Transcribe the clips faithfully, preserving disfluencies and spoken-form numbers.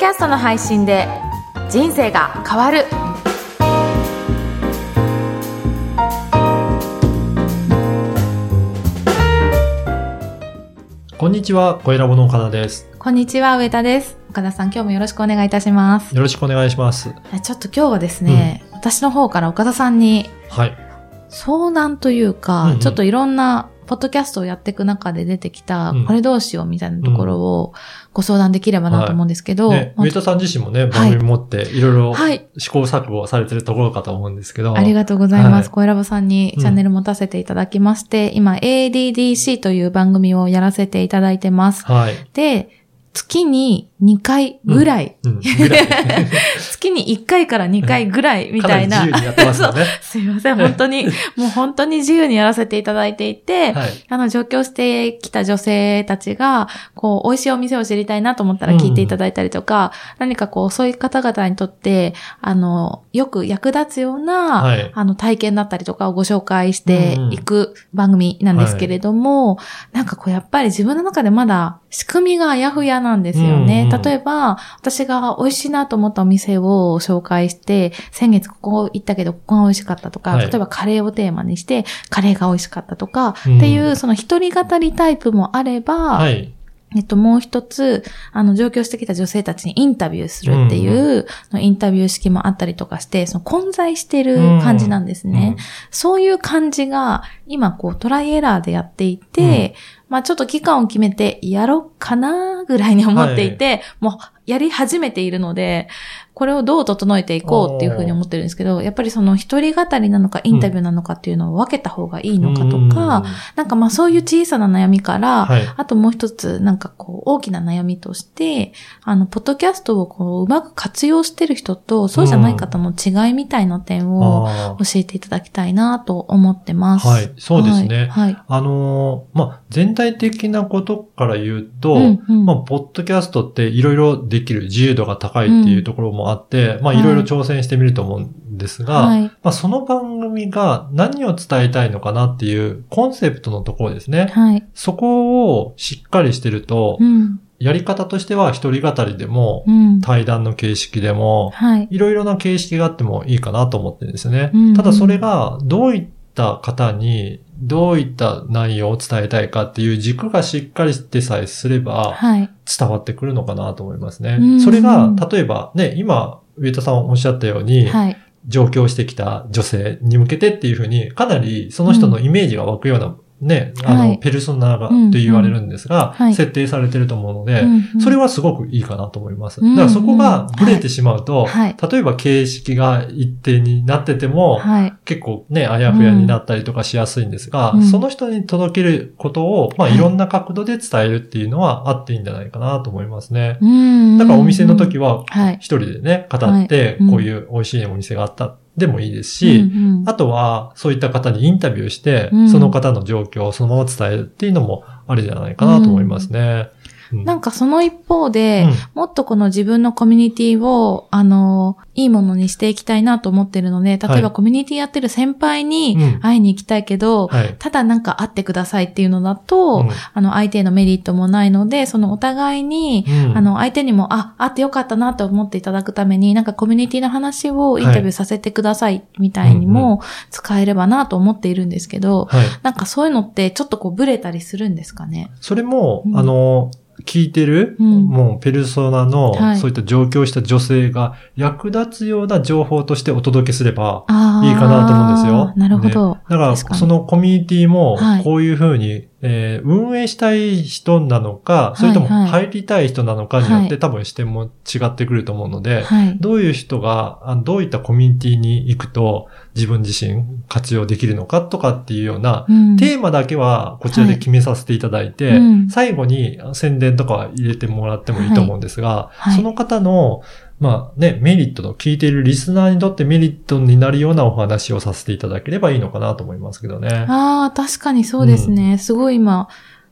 キャストの配信で人生が変わる。 こんにちは、声ラボの岡田です。 こんにちは、上田です。岡田さん、今日もよろしくお願いいたします。 よろしくお願いします。 ちょっと今日はですね、うん、私の方から岡田さんに、 はい。 相談というか、うんうん、ちょっといろんなポッドキャストをやっていく中で出てきた、うん、これどうしようみたいなところをご相談できればなと思うんですけど。 はいね、上田さん自身もね、番組持っていろいろ試行錯誤されてるところかと思うんですけど。 はい、ありがとうございます。声ラボさんにチャンネル持たせていただきまして、うん、今 エーディーディーシー という番組をやらせていただいてます。はい。で、月ににかいぐらい。うんうん、ぐらい月にいっかいからにかいぐらいみたいな。 かなり自由にやってますよね。 すいません、本当に、もう本当に自由にやらせていただいていて、はい、あの、上京してきた女性たちが、こう、美味しいお店を知りたいなと思ったら聞いていただいたりとか、うん、何かこう、そういう方々にとって、あの、よく役立つような、はい、あの、体験だったりとかをご紹介していく番組なんですけれども、はい、なんかこう、やっぱり自分の中でまだ仕組みがあやふやなんですよね。うんうん、例えば、私が美味しいなと思ったお店を紹介して、先月ここ行ったけどここが美味しかったとか、はい、例えばカレーをテーマにして、カレーが美味しかったとか、うん、っていう、その一人語りタイプもあれば、はい、えっと、もう一つ、あの、上京してきた女性たちにインタビューするっていう、うん、インタビュー式もあったりとかして、その混在してる感じなんですね。うんうん、そういう感じが、今こうトライエラーでやっていて、うんまあちょっと期間を決めてやろうかなぐらいに思っていて、はい、もうやり始めているので、これをどう整えていこうっていうふうに思ってるんですけど、やっぱりその一人語りなのかインタビューなのかっていうのを分けた方がいいのかとか、うん、なんかまあそういう小さな悩みから、はい、あともう一つなんかこう大きな悩みとして、あの、ポッドキャストをこううまく活用してる人とそうじゃない方の違いみたいな点を教えていただきたいなと思ってます。 はい、そうですね。はい。はい、あのー、まあ、全体的なことから言うと、うんうん、まあ、ポッドキャストっていろいろできる自由度が高いっていうところもあって、うん、まあ、いろいろ挑戦してみると思うんですが、はい、まあ、その番組が何を伝えたいのかなっていうコンセプトのところですね。はい、そこをしっかりしてると、うんやり方としては一人語りでも、うん、対談の形式でも、はい、いろいろな形式があってもいいかなと思ってるんですよね。うんうん、ただそれがどういった方にどういった内容を伝えたいかっていう軸がしっかりしてさえすれば、はい、伝わってくるのかなと思いますね。うんうん、それが、例えばね、今、上田さんおっしゃったように、はい上京してきた女性に向けてっていうふうに、かなりその人のイメージが湧くような、ね、うん、あの、はい、ペルソナが、と言われるんですが、うんうん、設定されてると思うので、はい、それはすごくいいかなと思います。うんうん、だからそこがブレてしまうと、はい、例えば形式が一定になってても、はい、結構ね、あやふやになったりとかしやすいんですが、うん、その人に届けることを、まあ、いろんな角度で伝えるっていうのはあっていいんじゃないかなと思いますね。うんうん、だからお店の時は、一人でね、語って、こういう美味しいお店があった。でもいいですし、うんうん、あとはそういった方にインタビューして、うん、その方の状況をそのまま伝えるっていうのもありじゃないかなと思いますね。 うんうん、なんかその一方で、うん、もっとこの自分のコミュニティを、あの、いいものにしていきたいなと思ってるので、例えばコミュニティやってる先輩に会いに行きたいけど、はい、ただなんか会ってくださいっていうのだと、うん、あの、相手へのメリットもないので、そのお互いに、うん、あの、相手にも、あ、会ってよかったなと思っていただくために、なんかコミュニティの話をインタビューさせてくださいみたいにも使えればなと思っているんですけど、はい、なんかそういうのってちょっとこうブレたりするんですかね。 それも、うん、あの、聞いてる、うん、もうペルソナの、はい、そういった上京した女性が役立つような情報としてお届けすればいいかなと思うんですよ。 なるほど。 ね、だからそのコミュニティもこういうふうに、はいえー、運営したい人なのか、それとも入りたい人なのかによって、はいはい、多分視点も違ってくると思うので、はい、どういう人があどういったコミュニティに行くと自分自身活用できるのかとかっていうような、うん、テーマだけはこちらで決めさせていただいて、はいうん、最後に宣伝とかは入れてもらってもいいと思うんですが、はい、その方のまあね、メリットの聞いているリスナーにとってメリットになるようなお話をさせていただければいいのかなと思いますけどね。 ああ、確かにそうですね。うん、すごい今、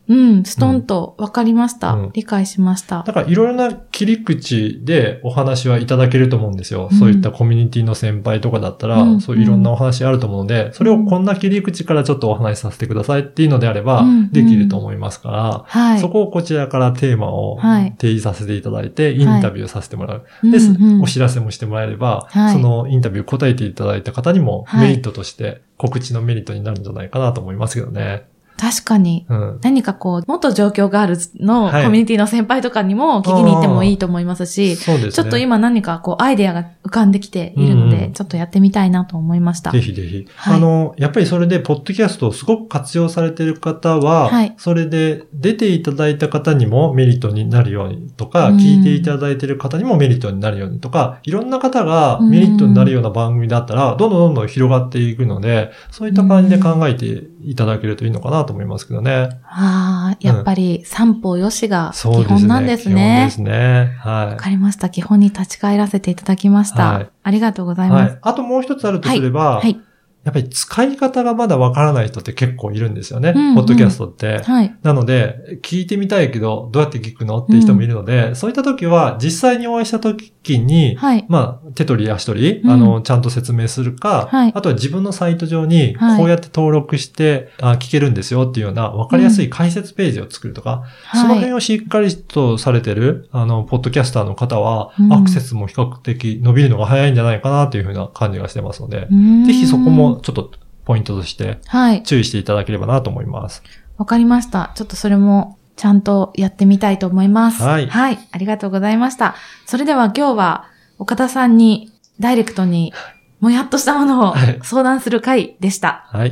うん、ストンと分かりました。うん、理解しました。 だからいろいろな切り口でお話はいただけると思うんですよ。うん、そういったコミュニティの先輩とかだったら、うん、そういういろんなお話あると思うので、うん、それをこんな切り口からちょっとお話しさせてくださいっていうのであれば、できると思いますから、うんはい、そこをこちらからテーマを提示させていただいて、インタビューさせてもらう。はい、で、うんうん、お知らせもしてもらえれば、はい、そのインタビュー答えていただいた方にもメリットとして告知のメリットになるんじゃないかなと思いますけどね。 確かに、うん。何かこう、元状況ガールズのコミュニティの先輩とかにも聞きに行ってもいいと思いますし、そうですね、ちょっと今何かこう、アイデアが浮かんできているので、うんうん、ちょっとやってみたいなと思いました。 ぜひぜひ。はい、あの、やっぱりそれで、ポッドキャストをすごく活用されている方は、はい、それで出ていただいた方にもメリットになるようにとか、うん、聞いていただいている方にもメリットになるようにとか、いろんな方がメリットになるような番組だったら、どんどんどんどん広がっていくので、そういった感じで考えていただけるといいのかなと思いますけどね。 ああ、やっぱり三方よしが基本なんですね。 そうですね。基本ですね。はい。 わかりました。基本に立ち返らせていただきました。はい、ありがとうございます。はい。 あともう一つあるとすれば、はい。はい、やっぱり使い方がまだわからない人って結構いるんですよね。うんうん、ポッドキャストって。はい。なので、聞いてみたいけど、どうやって聞くのっていう人もいるので、うん、そういった時は、実際にお会いした時に、はい。まあ、手取り足取り、うん、あの、ちゃんと説明するか、はい。あとは自分のサイト上に、こうやって登録して、はい、あ聞けるんですよっていうような、わかりやすい解説ページを作るとか、うん、その辺をしっかりとされてる、あの、ポッドキャスターの方は、うん、アクセスも比較的伸びるのが早いんじゃないかなというふうな感じがしてますので、ぜひそこもちょっと、ポイントとして注意していただければなと思います。わ、 はい、かりました。ちょっとそれもちゃんとやってみたいと思います。はい。はい。ありがとうございました。それでは今日は岡田さんにダイレクトにもやっとしたものを相談する回でした。はい。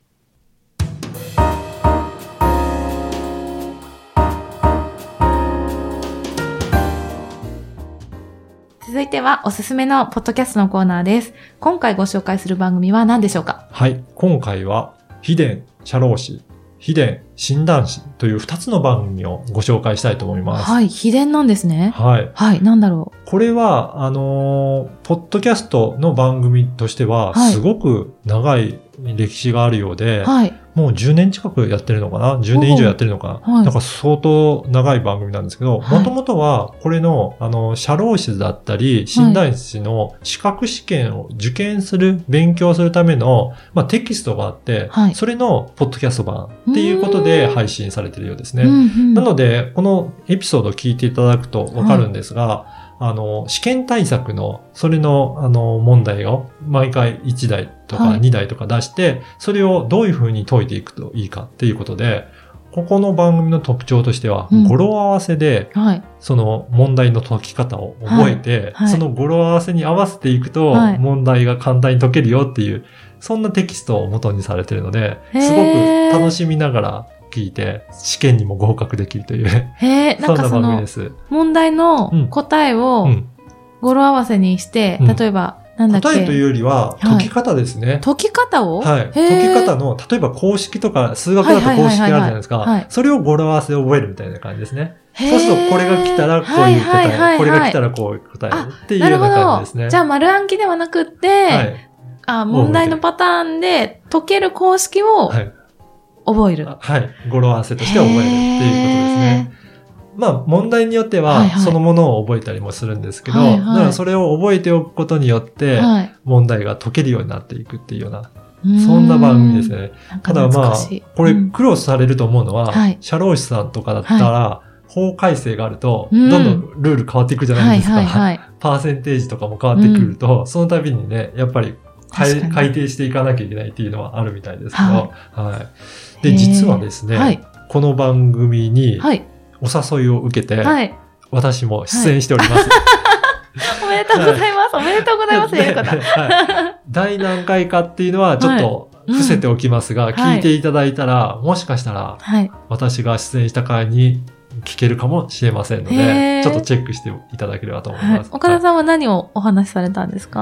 続いてはおすすめのポッドキャストのコーナーです。今回ご紹介する番組は何でしょうか？ はい。今回は、秘伝社労士、秘伝診断士という二つの番組をご紹介したいと思います。 はい。秘伝なんですね。 はい。 はい。なんだろう。 これは、あのー、ポッドキャストの番組としては、すごく長い歴史があるようで、はい。もうじゅうねん近くやってるのかな ?じゅう 年以上やってるのかな、はい、だから相当長い番組なんですけど、もともとはこれの、あの、社労士だったり、診断士の資格試験を受験する、勉強するための、まあ、テキストがあって、はい、それのポッドキャスト版っていうことで配信されているようですね。なので、このエピソードを聞いていただくとわかるんですが、はいあの、試験対策の、それの、あの、問題を毎回いちだいとかにだいとか出して、はい、それをどういうふうに解いていくといいかっていうことで、ここの番組の特徴としては、うん、語呂合わせで、はい、その問題の解き方を覚えて、はいはい、その語呂合わせに合わせていくと、はい、問題が簡単に解けるよっていう、そんなテキストを元にされているので、すごく楽しみながら、聞いて、試験にも合格できるという。へえ、なんかその、問題の答えを語呂合わせにして、うん、例えば、なんだっけ答えというよりは、解き方ですね。はい、 解き方をはい。解き方の、例えば公式とか、数学だと公式あるじゃないですか。それを語呂合わせを覚えるみたいな感じですね。そうすると、これが来たらこういう答え、はいはいはいはい、これが来たらこういう答えっていうような感じですね。 じゃあ、丸暗記ではなくって、はい、あ問題のパターンで解ける公式を、はい覚える。 はい。語呂合わせとして覚えるっていうことですね。まあ、問題によっては、そのものを覚えたりもするんですけど、はいはい、だからそれを覚えておくことによって、問題が解けるようになっていくっていうような、そんな番組ですね。ただまあ、これ苦労されると思うのは、うん、社労士さんとかだったら、はい、法改正があると、どんどんルール変わっていくじゃないですか。はいはいはい、パーセンテージとかも変わってくると、うん、その度にね、やっぱり改定していかなきゃいけないっていうのはあるみたいですけど、はい。はいで、実はですね、はい、この番組にお誘いを受けて、はい、私も出演しております。 はい、おめでとうございます。おめでとうございます。いうことはい。第何回かっていうのはちょっと伏せておきますが、はいうん、聞いていただいたら、もしかしたら、私が出演した回に聞けるかもしれませんので、ちょっとチェックしていただければと思います。 岡田さんは何をお話しされたんですか？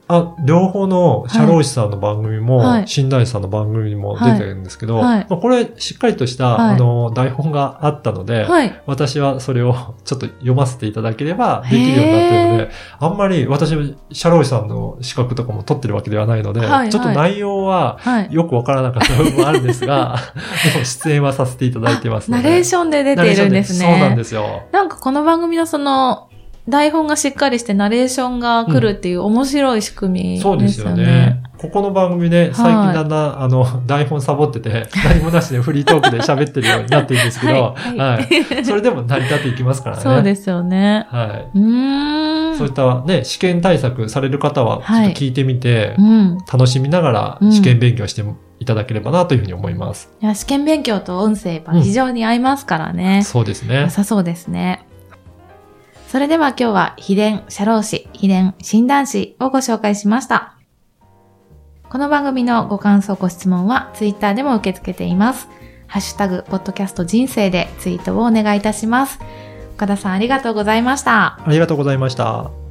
あ、両方の社労士さんの番組も、はい、診断士さんの番組にも出てるんですけど、はいはい、まあ、これしっかりとした、はい、あの、台本があったので、はい、私はそれをちょっと読ませていただければできるようになっているので、あんまり私は社労士さんの資格とかも取ってるわけではないので、はいはい、ちょっと内容はよくわからなかった部分もあるんですが、はい、でも出演はさせていただいてますので。 ナレーションで出ているんですね。 そうなんですよ。 なんかこの番組のその、台本がしっかりしてナレーションが来るっていう面白い仕組みですよね。うん、そうですよね。 ここの番組で最近だんだん、はい、あの、台本サボってて、何もなしでフリートークで喋ってるようになってるんですけど、はい、はいはい。それでも成り立っていきますからね。 そうですよね。 はい。うーん。そういったね、試験対策される方は、ちょっと聞いてみて、はい、うん、楽しみながら試験勉強していただければなというふうに思います。 いや、試験勉強と音声は非常に合いますからね。 うん、そうですね。 良さそうですね。それでは今日は秘伝社労士、秘伝診断士をご紹介しました。この番組のご感想ご質問はツイッターでも受け付けています。ハッシュタグポッドキャスト人生でツイートをお願いいたします。岡田さんありがとうございました。 ありがとうございました。